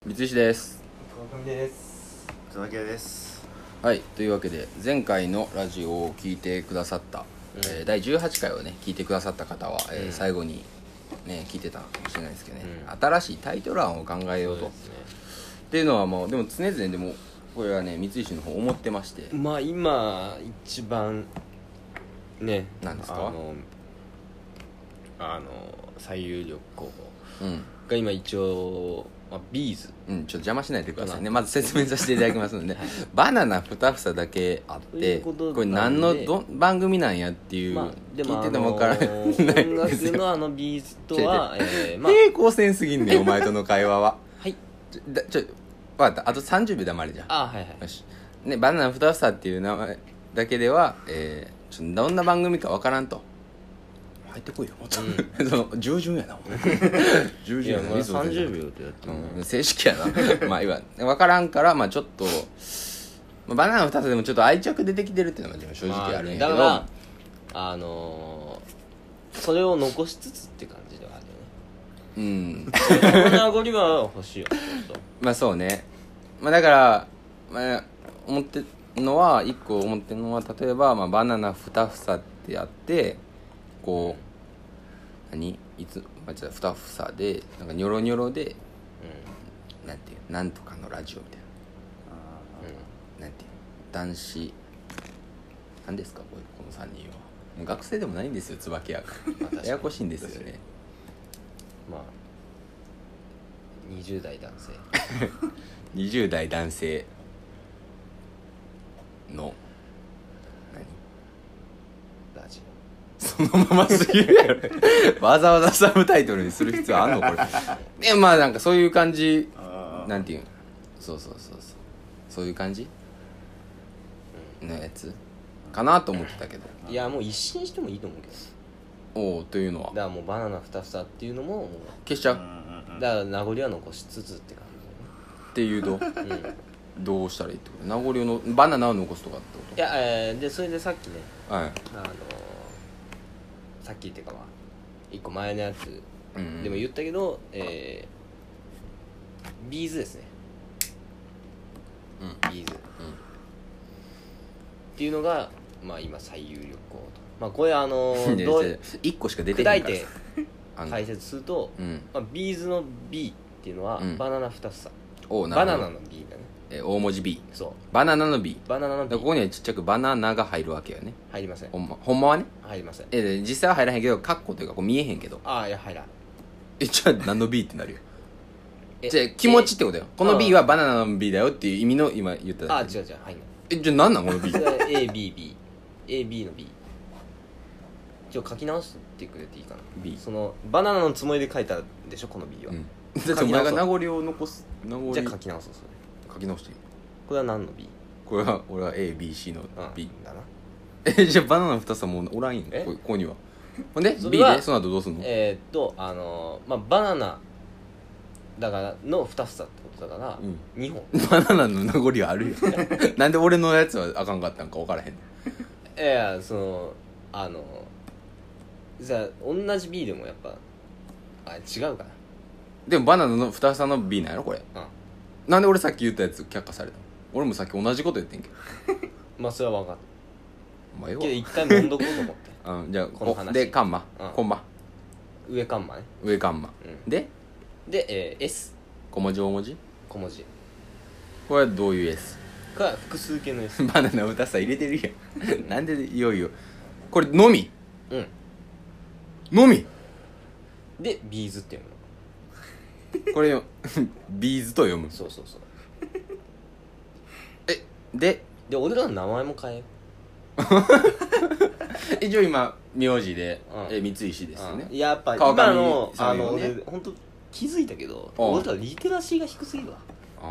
三石です。 川上です。 佐々木です。 はい、というわけで前回のラジオを聞いてくださった、第18回をね聞いてくださった方は、最後にね聞いてたかもしれないですけどね、新しいタイトル案を考えようと、っていうのはもうでも常々でもこれはね三石の方思ってまして、 まあ今一番ね、 なんですか、 最有力候補うんが今一応、ビーズちょっと邪魔しないでくださいね。まず説明させていただきますので、バナナ2房だけあってこれ何の番組なんやっていう、 でも聞いてても分からない音楽のビーズとは平行線すぎんねんお前との会話は。 はい分かった、あと30秒黙れじゃん。 はいはいよし、ね、バナナ2房っていう名前だけでは、ちょっとどんな番組か分からんと。入ってこいよもっと、その従順やなお前従順やな。 30秒ってやってる、 正式やなまあ分からんから、ちょっと、バナナ2つでもちょっと愛着出てきてるっていうのが正直あるんやけど、 だからそれを残しつつって感じではあるよね。この名残は欲しいよちょっと。 そうね。だから、思ってるのは一個思ってるのは、例えば、バナナ2房ってやってこう2房でなんかニョロニョロで、なんていうなんとかのラジオみたいな、なんていう男子なんですかこの3人は。もう学生でもないんですよ椿屋がややこしいんですよね。 20代男性 20代男性のラジそのまますぎるやろわざわざサブタイトルにする必要あんのこれでなんかそういう感じ、なんていうん、そうそういう感じのやつかなと思ってたけど。 オ。いやもう一新してもいいと思うけど。 おお、というのはだからもうバナナ2房っていうのももう消しちゃうだから名残は残しつつって感っていうと、 じだよね。 どうしたらいいってこと？名残のバナナを残すとかってこいやでそれでさっきねと？はい。 さっきっていうか1個前のやつうんでも言ったけど、ビーズですね。ビーズ、っていうのが今最有力候補と。これどう 1個しか出てないから砕いて解説すると、ビーズの B っていうのは、バナナ2房。バナナの B だね。 大文字 B。 そうバナナの B。 バナナの B。 ここにはちっちゃくバナナが入るわけよね。 入りません。 ほんまはね。 入りません。 実際は入らへんけどカッコというかこう見えへんけど。 いや入らん。 じゃあ何の B ってなるよ。じゃあ気持ちってことよ。この B はバナナの B だよっていう意味の今言った違う入んない。 じゃあ何なんこの B。 AB の B。書き直してくれていいかな。 B。 そのバナナのつもりで書いたでしょこの B は。 だってお前が名残を残す名残。 じゃあ書き直そうそれ。 書き直していい？ これは何の B？ これは俺は ABC の B だな。 じゃあバナナ2つはもうおらんやんここには。ほんで B でその後どうすんの？ バナナだからの2房ってことだから2本。 バナナの名残はあるよなんで俺のやつはあかんかったんか分からへんねん。 いやじゃあ同じ B でもやっぱ違うかな。 でもバナナの2房の B なんやろこれ。なんで俺さっき言ったやつ却下されたの？俺もさっき同じこと言ってんけどそれは分かった。 まあええわけど一回揉んどこうと思ってじゃあこの話でカンマコンマ上カンマね。 上カンマで S 小文字大文字小文字これはどういう S？ か複数形の S。 バナナ2房入れてるやんなんでいよいよこれのみのみでビーズっていうの。 これよビーズと読む。 そうで俺らの名前も変えよ一応今名字で三石ですよね。 やっぱ川上今のさんよね俺本当気づいたけど俺らリテラシーが低すぎるわ。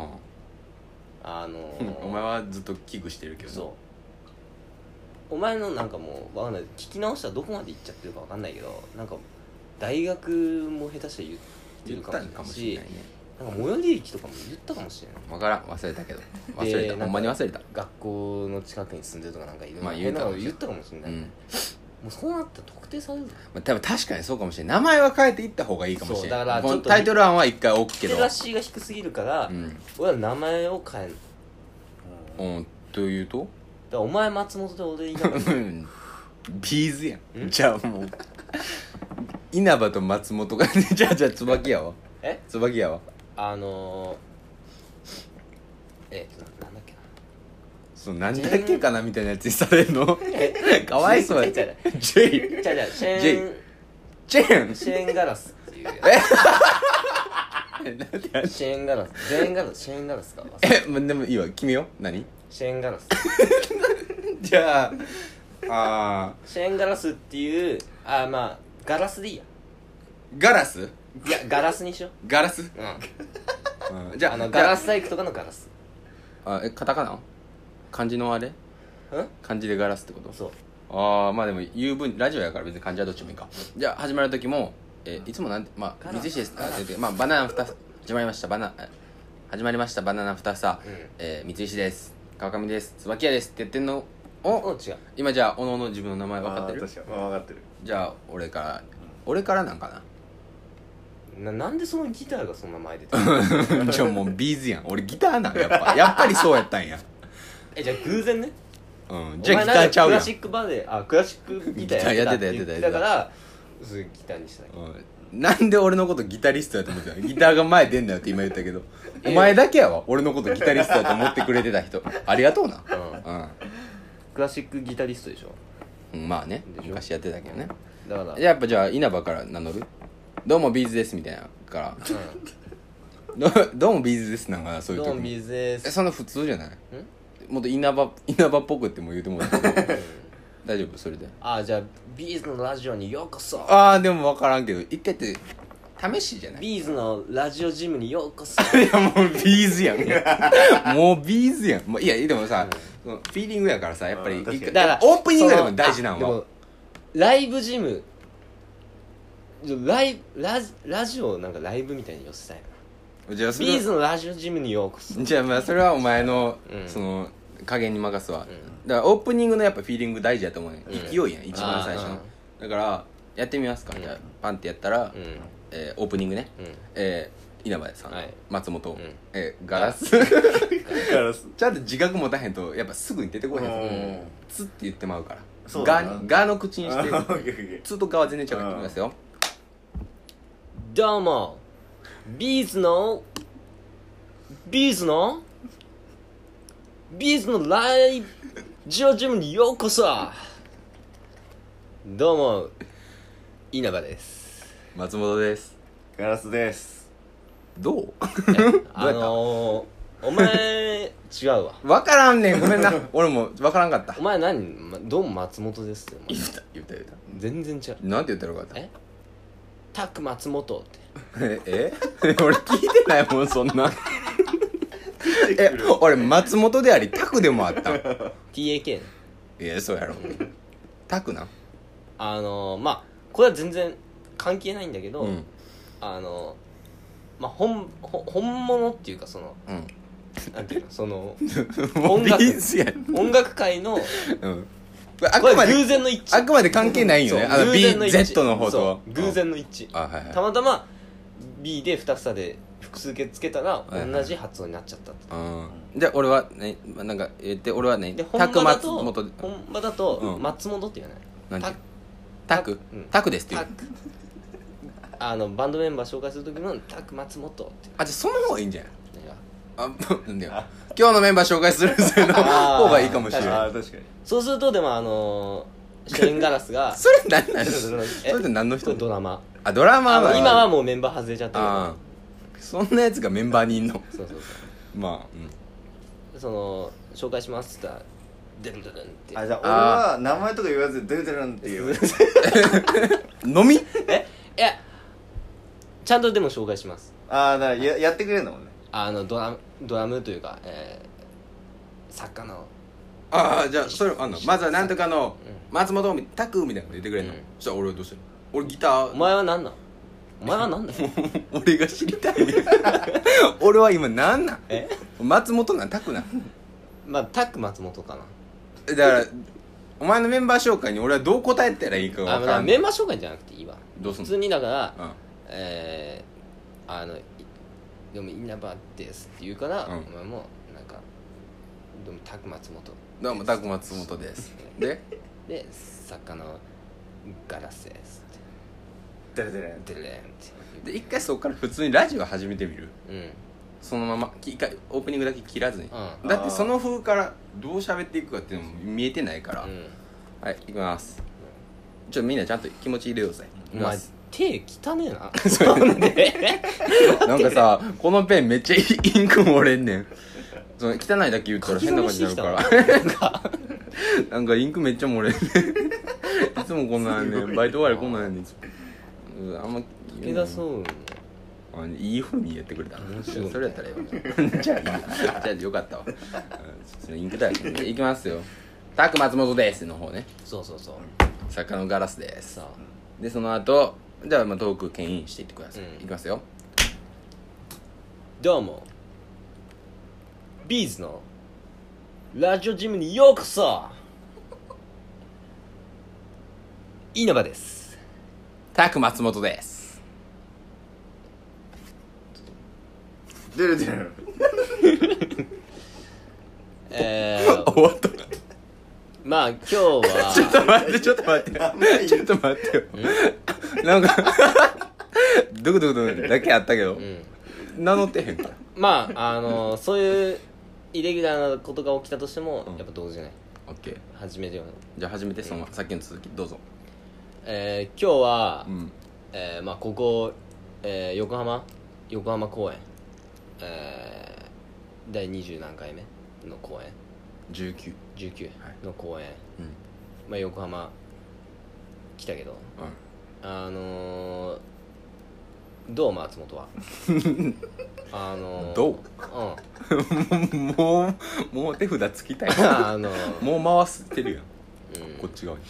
お前はずっと危惧してるけどそうお前のなんかもう分かんない聞き直したらどこまで行っちゃってるか分かんないけどなんか大学も下手したら言ってるかもしれないね。なんか最寄り駅とかも言ったかもしれない。 分からん忘れたけど忘れたほんまに忘れた。 学校の近くに住んでるとかなんかいろいろ言うたかも言ったかもしれない、 もうそうなったら特定されるぞ。 まあ、多分確かにそうかもしれない。名前は変えていった方がいいかもしれない。 そうだからちょっとタイトル案は一回置くけど。 リテラシーが低すぎるから、俺は名前を変える。 うんというとだからお前松本で俺稲葉ビーズやん。じゃあもう稲葉と松本がじゃあ椿やわ。椿やわ。 なんだっけな、 そうなんだっけかなみたいなやつにされるのかわいそうや。 じゃジェイじゃシェーンガラスっていうやつ。シェーンガラスシェーンガラスか。 でもいいわ、決めよう。何シェーンガラスじゃあシェーンガラスっていうまあガラスでいいや。 ガラスいやガラスにしよガラスう。 じゃあガラス細工とかのガラス。 カタカナ漢字のあれうん漢字でガラスってこと？ そうまあでも言う分ラジオやから別に漢字はどっちもいいか。じゃあ始まる時もいつもなんて水石ですバナナ2つ始まりましたバナナ2房三石です川上です椿屋ですって言ってんのを違う。 今じゃあおのおの自分の名前分かってる？ 確かに分かってる。 じゃあ俺からなんかなんでそのギターがそんな前出てるなじゃあもうビーズやん。俺ギターなんやっぱりそうやったんや。 じゃあ偶然ね。 じゃあギターちゃうやん。 クラシックバーでクラシックギターやってたって言ってたからそれギターにした。 なんで俺のことギタリストやと思ってたの？ギターが前出んなよって今言ったけどお前だけやわ俺のことギタリストやと思ってくれてた人。ありがとうな。 クラシックギタリストでしょ。 まあね昔やってたけどね。 だからやっぱじゃあ稲葉から名乗る？どうもビーズですみたいなからどうもビーズですなんかそういう時どうもビーズですそんな普通じゃない？もっと稲葉っぽくっても言うてもらって大丈夫それで？ じゃあビーズのラジオにようこそ。 でも分からんけど一回って試しじゃない？ ビーズのラジオジムにようこそ。 いやもうビーズやんもうビーズやん。いやでもさ、そのフィーリングやからさやっぱり確かにだからオープニングでも大事なんはライブジムラジオをなんかライブみたいに寄せたいな。 じゃあビーズのラジオジムにようこそ。 じゃあまあそれはお前のその加減に任すわ。だからオープニングのやっぱフィーリング大事やと思うね。勢いやん一番最初の。だからやってみますか。じゃあパンってやったらオープニングね稲葉さん松本ガラスガラスちゃんと自覚持たへんとやっぱすぐに出てこへん。つって言ってまうからそうだなガの口にしてつとガは全然違うからいきますよ。 どうもビーズのライジオジムにようこそ。どうも稲葉です。 松本です。 ガラスです。 どう？ お前違うわ。 分からんねんごめんな俺も分からんかった。 お前どうも松本ですって言った全然違う。 なんて言ったらよかった？ タク松本って俺聞いてないもんそんな俺松本でありタクでもあったん。 TAK ね。 いやそうやろタクな。 まあこれは全然関係ないんだけど、まあ本物っていうかそのなんていうのその音楽界のこれ偶然の一致。 あくまで関係ないよね。Z の方と偶然の一致。たまたま B で2房で複数形つけたら同じ発音になっちゃったって。 じゃあ俺はねなんか言って俺はねタク松本本場だと松本って言わない。 タクですって言う。 バンドメンバー紹介するときもタク松本って。 じゃあその方がいいんじゃない？なんだよ今日のメンバー紹介するの方がいいかもしれない。 確かに。 そうするとでもシェーンガラスがそれ何なんですか？それって何の人？ ドラマ。 ドラマは今はもうメンバー外れちゃったけど。 そんなやつがメンバーにいんの？ そうまあその紹介しますって言ったらデルデルンって。 じゃあ俺は名前とか言わずデルデルンって言う。 飲み？ いやちゃんとでも紹介します。 だからやってくれるんだもんね。 ドラムというか作家の。 じゃあそれまずはなんとかの松本タクみたいなの言ってくれるの？そしたら俺はどうする？俺ギター。 お前は何なん？お前は何だよ俺が知りたい俺は今何なん松本なんタクなんまあタク松本かな。 だからお前のメンバー紹介に俺はどう答えたらいいか分からん。 メンバー紹介じゃなくていいわ。 どうすんの？ 普通にだからうんでも稲葉ですって言うから、 うんお前もなんかどうもタク松本どうもタク松本ですでで作家のガラスですっデレデレてでれんってで一回そこから普通にラジオ始めてみる。 うんそのまま一回オープニングだけ切らずに、 うんだってその風からどう喋っていくかっていうのも見えてないから、 うんはい行きます。みんなちゃんと気持ち入れようぜ。 お前手汚ねえななんかさこのペンめっちゃインク漏れんねん。その汚いだけ言ったら変な感じになるからなんかインクめっちゃ漏れんねんいつもこんなんやねん。バイト終わりこんなんやねん。あんま手出そういい風にやってくれた面白いそれやったらよじゃあいいじゃあよかったわそのインクだけねいきますよ。タク松本ですの方ね。 そうそうそう作家のガラスです。 さでその後じゃあトーク牽引していってください、 うんいきますよ。 どうもビーズのラジオジムにようこそ稲葉です。 タク松本です。 デレデレ終わったまあ今日はちょっと待ってちょっと待ってちょっと待ってよなんかドクドクドクだけあったけど、 うん名乗ってへんから。 まあそういうイレギュラーなことが起きたとしても、 うんやっぱ同時じゃないオッケー。 始めるようなじゃあ始めてその、さっきの続きどうぞ。 今日は、 うんまあここ、横浜公演、第20何回目の公演 19。 19の公演、 うんまあ横浜来たけどどう松本はどううんもう手札つきたいもう回してるやん、こっち側に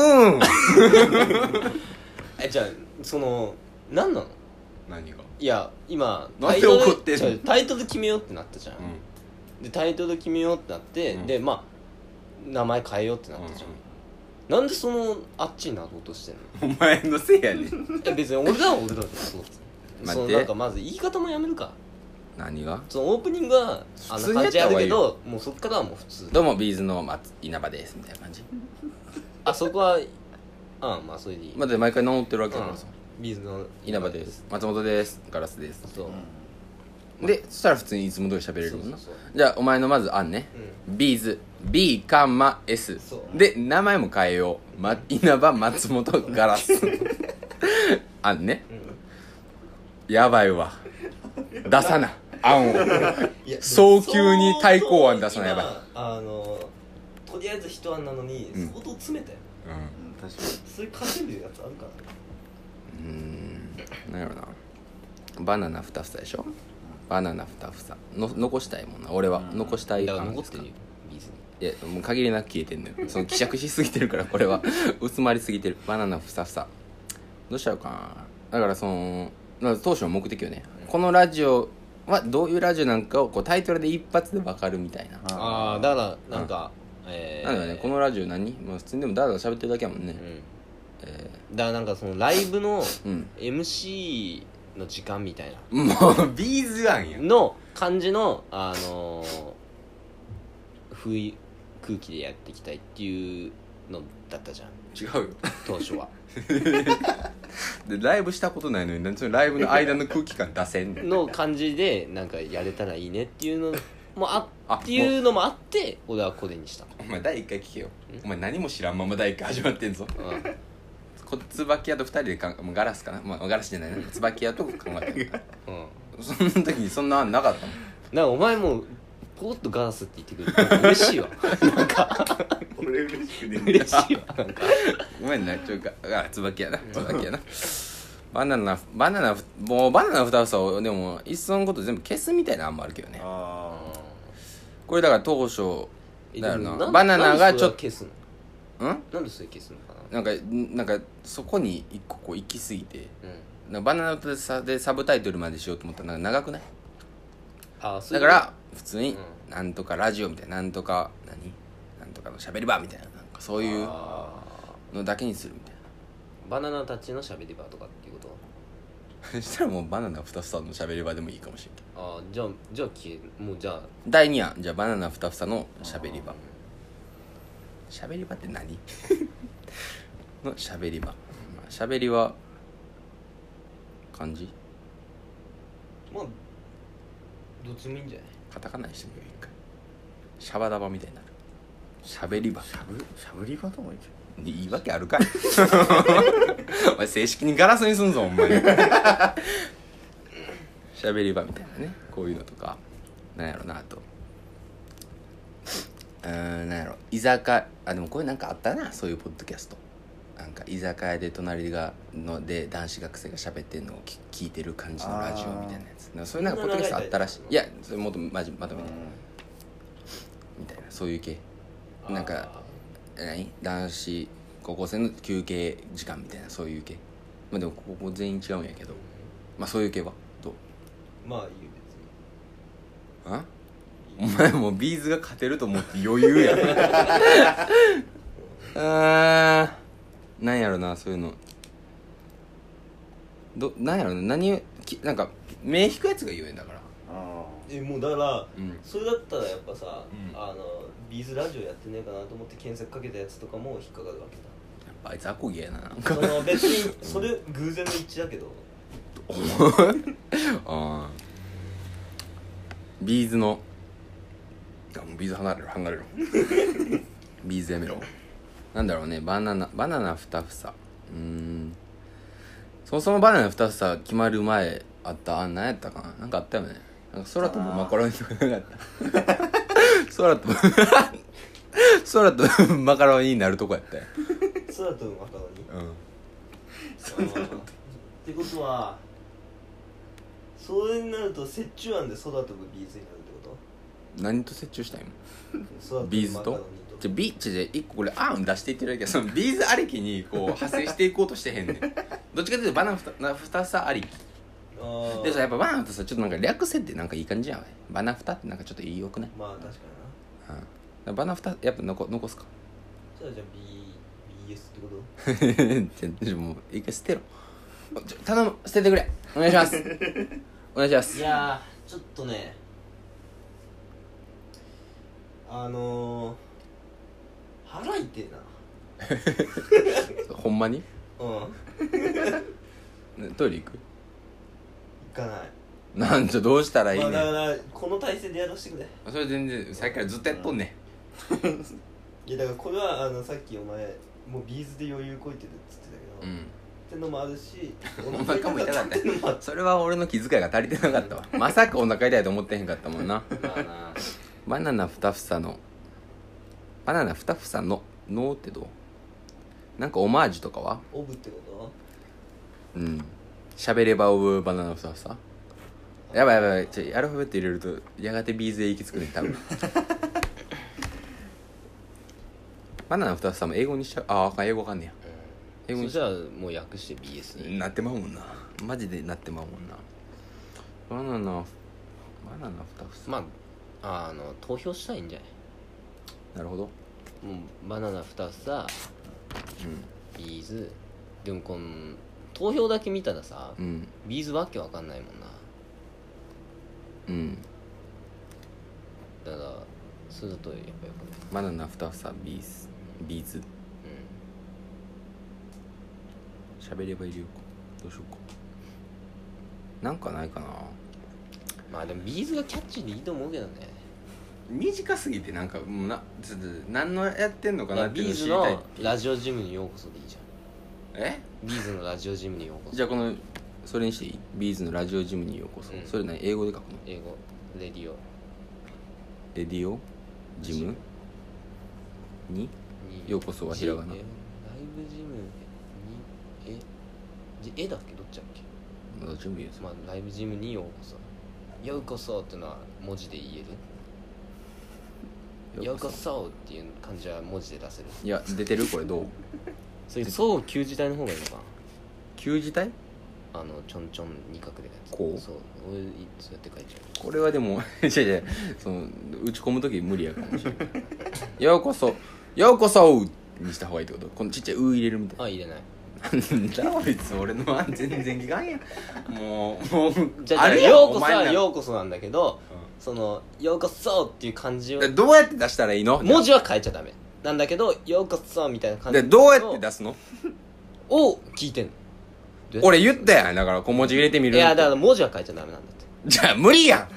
じゃあ何なの。 何がいや今なんで怒ってんの違うタイトル決めようってなったじゃん、 うでタイトル決めようってなって、 うんでまあ名前変えようってなったじゃん、なんであっちになろうとしてんの。 お前のせいやねん別に俺だってそう待ってなんかまず言い方もやめるか。 何が。 オープニングは普通にや感じあるった方がいいよけどもうそっからはもう普通。 どうもビーズの稲葉ですみたいな感じ。 そこはまあそれでいい。 まだ毎回名乗ってるわけだからさ、 ビーズの稲葉です松本ですガラスですそうでそしたら普通にいつも通り喋れるもんな。 そうそうじゃあお前のまず案ね、ビーズ B カンマ S そうで名前も変えよう、稲葉松本ガラス案ね、やばいわ出さな案を早急に対抗案出さなやばい。 とりあえず一案なのに相当詰めたよ、 確かにそれ稼いでるやつあるかな。 なんやろな。バナナ2房でしょ。バナナ2房の残したいもんな俺は、残したいだから感ですか。 残ってるよビーズに。 いやもう限りなく消えてんのよその希釈しすぎてるからこれは薄まりすぎてる。バナナ2房どうしちゃうかな。だから当初の目的よね、このラジオはどういうラジオなんかをこうタイトルで一発で分かるみたいな。 だからなんかなんだねこのラジオ何もう普通にでもダラダラ喋ってるだけやもんね。 だからなんかライブのうん MC の時間みたいもうビーズ案やなの感じの空気でやっていきたいっていうのだったじゃん違うよ当初はでライブしたことないのになんでそのライブの間の空気感出せんねんの感じでなんかやれたらいいねっていうのもあっていうのもあって俺はこれにした。 お前第1回聞けよ。お前何も知らんまま第1回始まってんぞ。椿屋と2人でもうガラスかな、ガラスじゃないな椿屋と考えたその時にそんな案なかったもん。 なんかお前もポロッとガラスって言ってくれて嬉しいわなんか俺嬉しくね嬉しいわなんかごめんな椿屋な椿屋なバナナもうバナナ2房をでもいっそのこと全部消すみたいな案もあるけどね。これだから当初だよな。バナナがちょっと消すのなんでそれ消すのかなんかそこに一個こう行き過ぎて、なんかバナナでサブタイトルまでしようと思ったらなんか長くない？ そういうだから普通になんとかラジオみたいななんとかのしゃべり場みたいななんかそういうあのだけにするみたいーバナナたちのしゃべり場とかっていうことなそしたらもうバナナふたふさのしゃべり場でもいいかもしれないああじゃあ消えもうじゃあ第2案じゃあバナナふたふさのしゃべり場しゃべり場って何のしゃべり場しゃべりは漢字まあどっちもいいんじゃないカタカナにしてみよう一回シャバダバみたいになるしゃべり場しゃぶり場ともいいじいいわけあるかいお前正式にガラスにすんぞお前しゃべり場みたいなねこういうのとかなんやろなあとなんやろ居酒屋でもこれなんかあったなそういうポッドキャストなんか居酒屋で隣で男子学生が喋ってんのを聞いてる感じのラジオみたいなやつなんかそういうなんかポッドキャストあったらしいいやそれもっとまとめてみたいなそういう系なんか男子高校生の休憩時間みたいなそういう系まあでもここ全員違うんやけどまあそういう系はどうまあいいよあお前もうビーズが勝てると思って余裕やなんやろなそういうのなんやろななんか目引くやつが言えんだからあもうだから、 うんそれだったらやっぱさ、 うんビーズラジオやってねえかなと思って検索かけたやつとかも引っかかるわけやっぱあいつアコギやななんだか別にそれ偶然の一致だけどあビーズのもうビーズ離れろビーズやめろなんだろうねバナナ2房そもそもバナナ2房決まる前あった何やったかななんかあったよねなんか空飛ぶマカロニとかなかった空飛ぶマカロニになるとこやったよ空飛ぶマカロニってことはそれになると折衷案で空飛ぶビーズになるってこ何と折衷したいのとビーズとじゃビーチで1個これ案出していってるだけどそのビーズありきにこう派生していこうとしてへんねんどっちかというとバナナ2房ありきあでさやっぱバナナとさちょっとなんか略せってなんかいい感じやんバナフタってなんかちょっといいよくないまあ確かになうんバナフタやっぱ残すかそれじゃあ BS ってことじゃもう一回捨てろ頼む捨ててくれお願いしますお願いしますいやーちょっとね腹痛いなほんまにうんトイレ行く行かないなんじゃどうしたらいいねん、 まあだからこの体勢でやらせてくれそれ全然さっきからずっとやっとんねいやだからこれはさっきお前もうビーズで余裕こいてるっつってたけど、ってのもあるしお腹も痛かったってのもあるそれは俺の気遣いが足りてなかったわまさかお腹痛いと思ってへんかったもんなまあなバナナ2房の脳ってどうなんかオマージュとかはオブってこ喋ればオブバナナ2房やばいアルファベット入れるとやがてビーズへ行き着くね多分バナナ2房も英語にしちゃうああ英語わかんねや英語にそしたらもう訳して BS になってまうもんなマジでなってまうもんなバナナ2房まあ投票したらいいんじゃないなるほどもうバナナ2房ビーズでもこの投票だけ見たらさ、 うんビーズわけわかんないもんなうんだからそれだとやっぱよくないバナナ2房ビーズ喋れば入れようかどうしようかなんかないかなまあでもビーズがキャッチーでいいと思うけどね短すぎてなんかもうちょっと何のやってんのかなっていうのビーズ知りたいのラジオジムにようこそでいいじゃえんビーズのラジオジムにようこそじゃあそれにしていいビーズのラジオジムにようこそ、それ何英語で書くの英語レディオレディオジムにようこそはひらがなライブジムに絵だっけどっちだっけまだ準備ですまあライブジムにようこそようこそってのは文字で言えるようこそっていう感じは文字で出せるいや出てるこれどうそれそう旧字体の方がいいのかな旧字体ちょんちょん二角でやつこうそう俺そうやって書いちゃこれはでも違う打ち込む時無理やかもしれないようこそにした方がいいってこと？このちっちゃい「う」入れるみたいな。 あ入れないなんだこいつ俺の案全然聞かんやんもうじゃああるやんようこそはお前なようこそなんだけど、そのようこそっていう漢字をどうやって出したらいいの？ 文字は変えちゃダメなんだけどようこそみたいな感じでどうやって出すの？ を聞いてんの。 俺言ったやん。だから小文字入れてみる。 いやだから文字は変えちゃダメなんだってじゃあ無理やん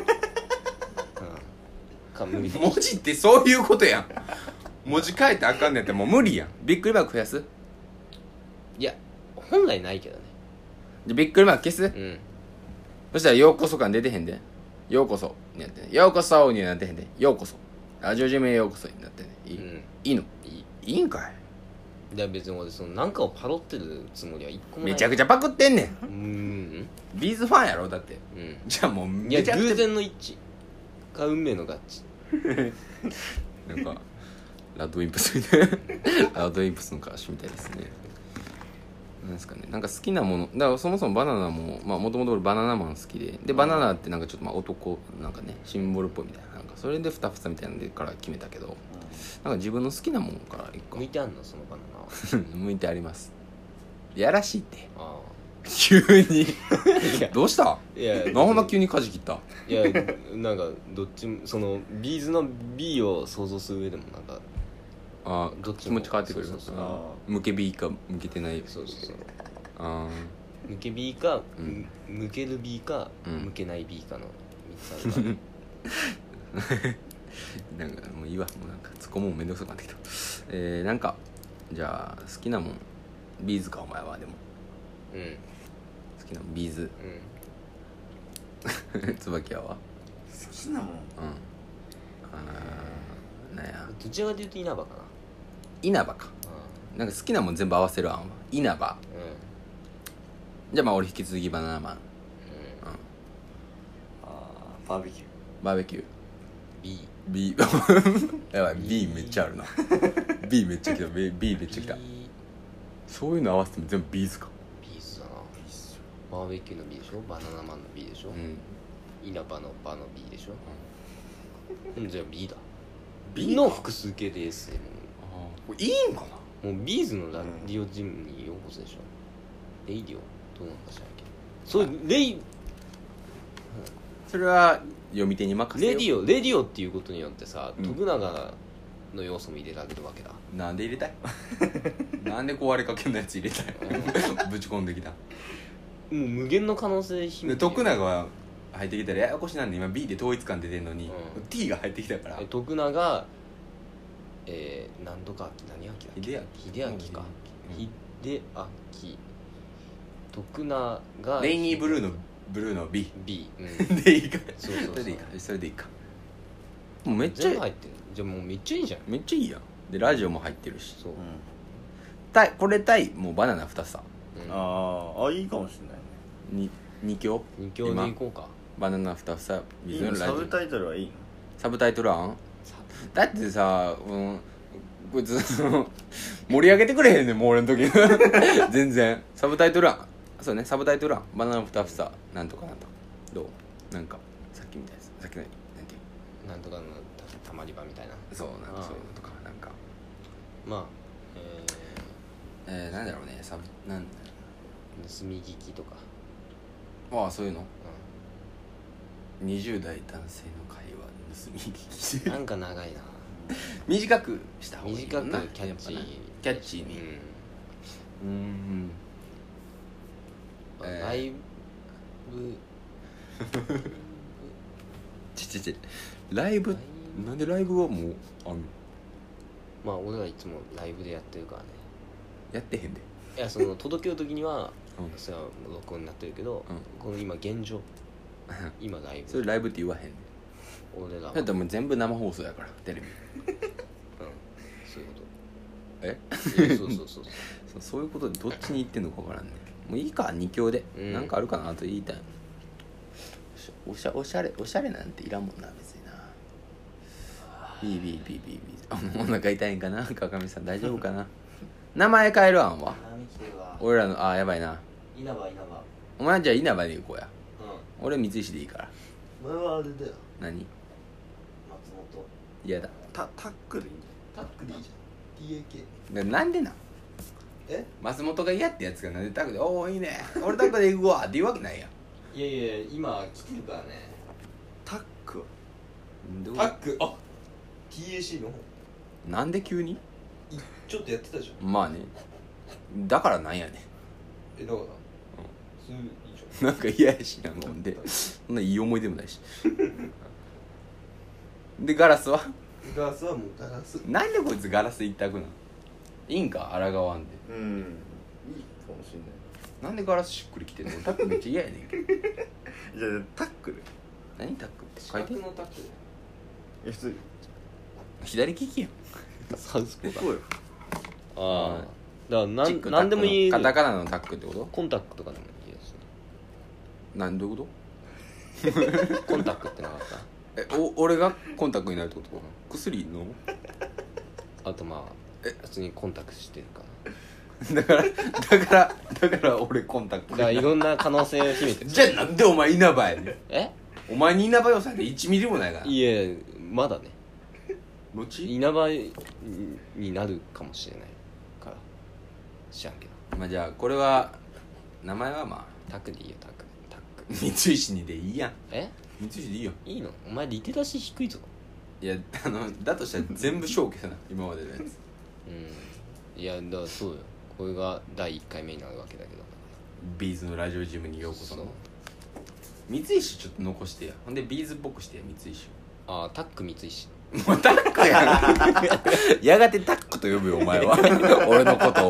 か無理文字ってそういうことやん。文字変えてあかんねんってもう無理やん。びっくりマーク増やす？ いや本来ないけどね。 じゃびっくりマーク消す？ うんそしたらようこそ感出てへんで。ようこそになってね。ようこそになってへんで。ようこそラジオジムへようこそになってね。いい、いいの？いいんかい？ で別に俺そのなんかをパロってるつもりは一個もない。 めちゃくちゃパクってんねんビーズファンやろだって。 うんじゃあもういやめちゃくちゃ偶然の一致か運命の合致。 なんかラッドウィンプスみたいなラッドウィンプスの歌詞みたいですね。なんですかね、なんか好きなものだからそもそもバナナももともと俺バナナマン好きでバナナってなんかちょっと男なんかねシンボルっぽいみたいな、なんかそれでふたふたみたいなんでから決めたけど、なんか自分の好きなもんから一個向いてあんのそのバナナは。 向いてあります。やらしいってあ急にどうした？ あいやなんで急に舵切った？ いやなんかどっちもそのビーズの B を想像する上でもなんかあどっちも気持ち変わってくる。 そうそうそうあ向け B か向けてない。 そうそうそうあ向け B か、 うん向ける B か、 うん向けない B かの3つあるからなんかもういいわ、もうなんか突っ込むもんめんどくさくなってきた。なんかじゃあ好きなもんビーズか。お前はでもうん好きなもんビーズ椿屋は好きなもんなんやどちらかというと稲葉かな。 稲葉か。なんか好きなもん全部合わせる案は稲葉。じゃあまあ俺引き続きバナナマン。 バーベキューバーベキュー B B やばい B めっちゃあるなB めっちゃ来た B めっちゃ来た。そういうの合わせても全部ビーズか。 ビーズだな。バーベキューの B でしょ、バナナマンの B でしょ、稲葉のバの B でしょ、じゃあ B だ。 B の複数形で S でもこれいいんかな。 もうビーズのラディオジムにようこそでしょ、レイディオどうなのか知らんけど、そういうそれは読み手に任せよう。 レディオっていうことによってさ、 うん徳永の要素も入れられるわけだ。 なんで入れたいなんで壊れかけのやつ入れたいぶち込んできた。 もう無限の可能性秘めでてる徳永は入ってきたらややこしなんで今 B で統一感出てんのに、T が入ってきたから徳永なんとか何明だっけ、秀明か、秀明徳永レイニーブルーの B B、 でいいか。 そうそうそうそれでいいか。それでいいか。もうめっちゃ全部入ってる。じゃあもうめっちゃいいじゃん。 めっちゃいいやん。でラジオも入ってるし、 そう、 これ対もうバナナ2房いいかもしれないね。 2強 2強でいこうか。 バナナ2房いいのサブタイトルはいいの？ サブタイトル案だってさ、こいつ盛り上げてくれへんねんもう俺の時全然サブタイトル案。そうね、サブタイトル案バナナ2房なんとかなんとかどう？なんかさっきみたいです。さっきのなんていうなんとかのたまり場みたいな。 そうなんかそういうのとかなんかまあなんだろうねサブなんだ盗み聞きとか、 ろう。そういうの20代男性の会話盗み聞きなんか長いな。 短くした方がいい短くもんな。 キャッチーやっぱなキャッチーにライブライブなんでライブはもうあんの？ まあ俺らいつもライブでやってるからね。 やってへんで。 いやその届ける時にはうんそれは録音になってるけど、この今現状今ライブそれライブって言わへんねん。 俺らはだってもう全部生放送やからテレビ。 そういうこえ？ と。そうそういうことでどっちに行ってんのか分からんね。もういいか2強で、なんかあるかなと言いたい。おしゃれなんていらんもんな別にな。ビーお腹痛いんかな川上さん大丈夫かな名前変える案は俺らのやばいな。 稲葉お前じゃあ稲葉で行こうや。俺三石でいいから。 お前はあれだよ、 何松本嫌だ。 タックでいいんじタックでいいじ TAK なんでなんえ松本が嫌ってやつがなんでタクで「おおいいね俺タクで行くわ」って言うわけないやん。 いやいや今来てるからね。 タックはタックあ TAC の方なんで急にちょっとやってたじゃん。 まあねだからなんやねだからそれいいじんなんか嫌やしなんかほんでそんないい思い出もないしでガラスはゃん。ガラスはもうガラス。 なんでこいつガラス一択なんいいんか抗わんでうんいいかもしんないなんでガラスしっくりきてんのタックめっちゃ嫌やねんけどじゃあタックル何タックって四書いて角のタック普通に左利きやんサウスポーだ。 こうよああだからチックなんでもいい。 カタカナのタックってことコンタクトとかでもいいですね。 なんどういうこコンタクトってなかっと俺がコンタクトになるってこと薬飲むた。あとまあ普通にコンタクトしてるかだから俺コンタクトら。だからいろんな可能性を秘めてる。 じゃあなんでお前稲葉やねんえお前に稲葉予算で1ミリもないからいやまだね後稲葉になるかもしれないから知らんけど。 まあじゃあこれは名前はまタクでいいよタク。 あ三石にでいいやんえ三石でいいよいいのお前リテラシー低いぞ。 いやだとしたら全部消去な今までのやつうんいやだからそうよ。これが第1回目になるわけだけど。 ビーズのラジオジムにようこそのそう三石ちょっと残してやほんでビーズっぽくしてや三石ああタック三石。 もうタックやんやがてタックと呼ぶよお前は俺のことを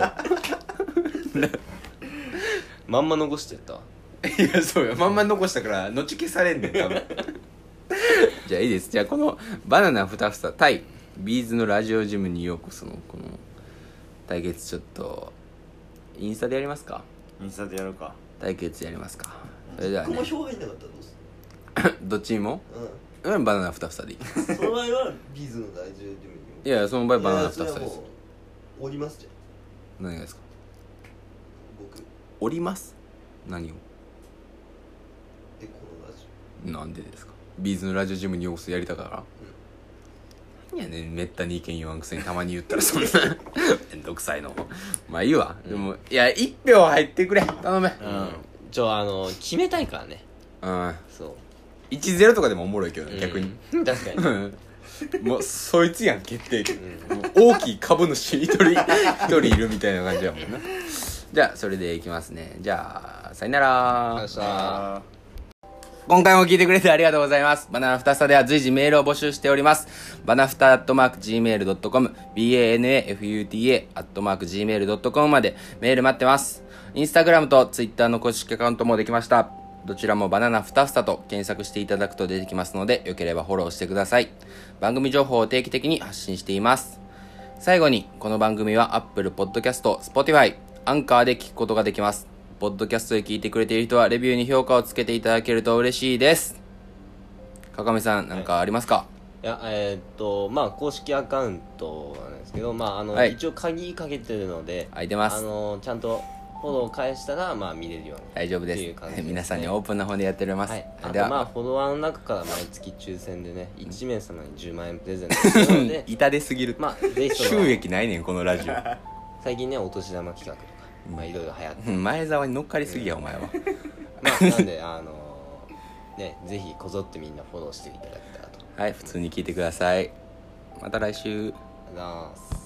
まんま残してやったわ。 いやそうよまんま残したから後消されんねん多分じゃあいいですじゃあこのバナナふたふさ対ビーズのラジオジムにようこそのこの対決ちょっとインスタでやりますかインスタでやるか対決やりますかそれではね票入んなかったらどうすどっちにもるうんバナナふたふさでいいその場合はビーズの大事いやその場合バナナふたふさですおりますじゃん何がですか僕折ります何をこのラジなんでですかビーズのラジオジムにようこそやりたから、何やねんめったに意見言わんくせにたまに言ったらそんなめんどくさいのまあいいわ、でもいや1票入ってくれ頼めオ決めたいからね。 うんそう 1-0 とかでもおもろいけどね、逆に確かにもうそいつやん決定権、もう大きい株主一人いるみたいな感じやもんなじゃあそれでいきますねじゃあさよなら明日今回も聞いてくれてありがとうございます。バナナフタスタでは随時メールを募集しております。バナフタ@gmail.com、banafuta@gmail.com までメール待ってます。インスタグラムとツイッターの公式アカウントもできました。どちらもバナナフタスタと検索していただくと出てきますので、よければフォローしてください。番組情報を定期的に発信しています。最後に、この番組は Apple Podcast、Spotify、アンカーで聞くことができます。ポッドキャストで聞いてくれている人はレビューに評価をつけていただけると嬉しいです。かかめさん何かありますか？ いやまあ公式アカウントなんですけどはい一応鍵かけてるので空いてます。 ちゃんとフォロー返したらまあ見れるように大丈夫です。 っていう感じですね皆さんにオープンな方でやっております。 はい、あでは、 とまあフォロワーの中から毎月抽選でね1名様に10万円プレゼントするので痛手すぎる。 まあぜひその収益ないねんこのラジオ。 最近ねお年玉企画とかまあいろいろ流行って前澤に乗っかりすぎやお前は。 まあなんでねぜひこぞってみんなフォローしていただけたらとはい、普通に聞いてください。また来週。 思います。